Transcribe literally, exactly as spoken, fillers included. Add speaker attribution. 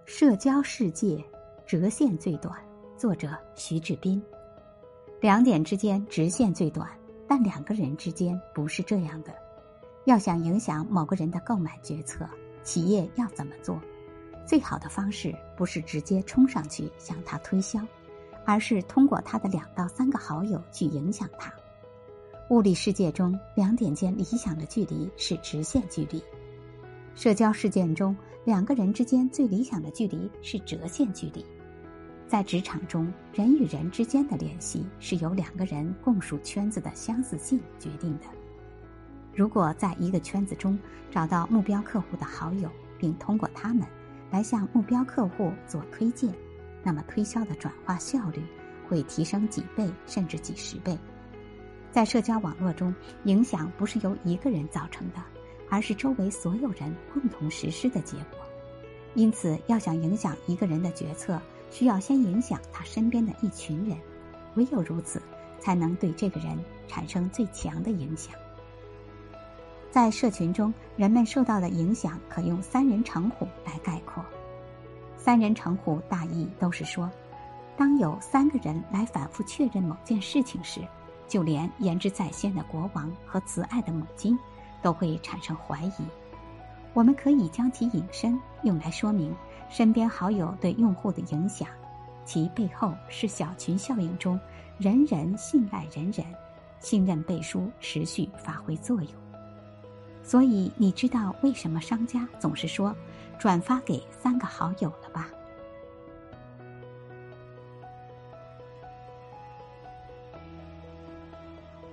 Speaker 1: 社交世界折线最短，作者徐志斌。两点之间直线最短，但两个人之间不是这样的。要想影响某个人的购买决策，企业要怎么做？最好的方式不是直接冲上去向他推销，而是通过他的两到三个好友去影响他。物理世界中，两点间理想的距离是直线距离；社交事件中，两个人之间最理想的距离是折线距离。在职场中，人与人之间的联系是由两个人共属圈子的相似性决定的。如果在一个圈子中找到目标客户的好友，并通过他们来向目标客户做推荐，那么推销的转化效率会提升几倍甚至几十倍。在社交网络中，影响不是由一个人造成的，而是周围所有人共同实施的结果。因此，要想影响一个人的决策，需要先影响他身边的一群人，唯有如此，才能对这个人产生最强的影响。在社群中，人们受到的影响可用三人成虎来概括。三人成虎大意都是说，当有三个人来反复确认某件事情时，就连言之在先的国王和慈爱的母亲都会产生怀疑。我们可以将其引申，用来说明身边好友对用户的影响，其背后是小群效应中人人信赖人人，信任背书持续发挥作用。所以你知道为什么商家总是说转发给三个好友了吧？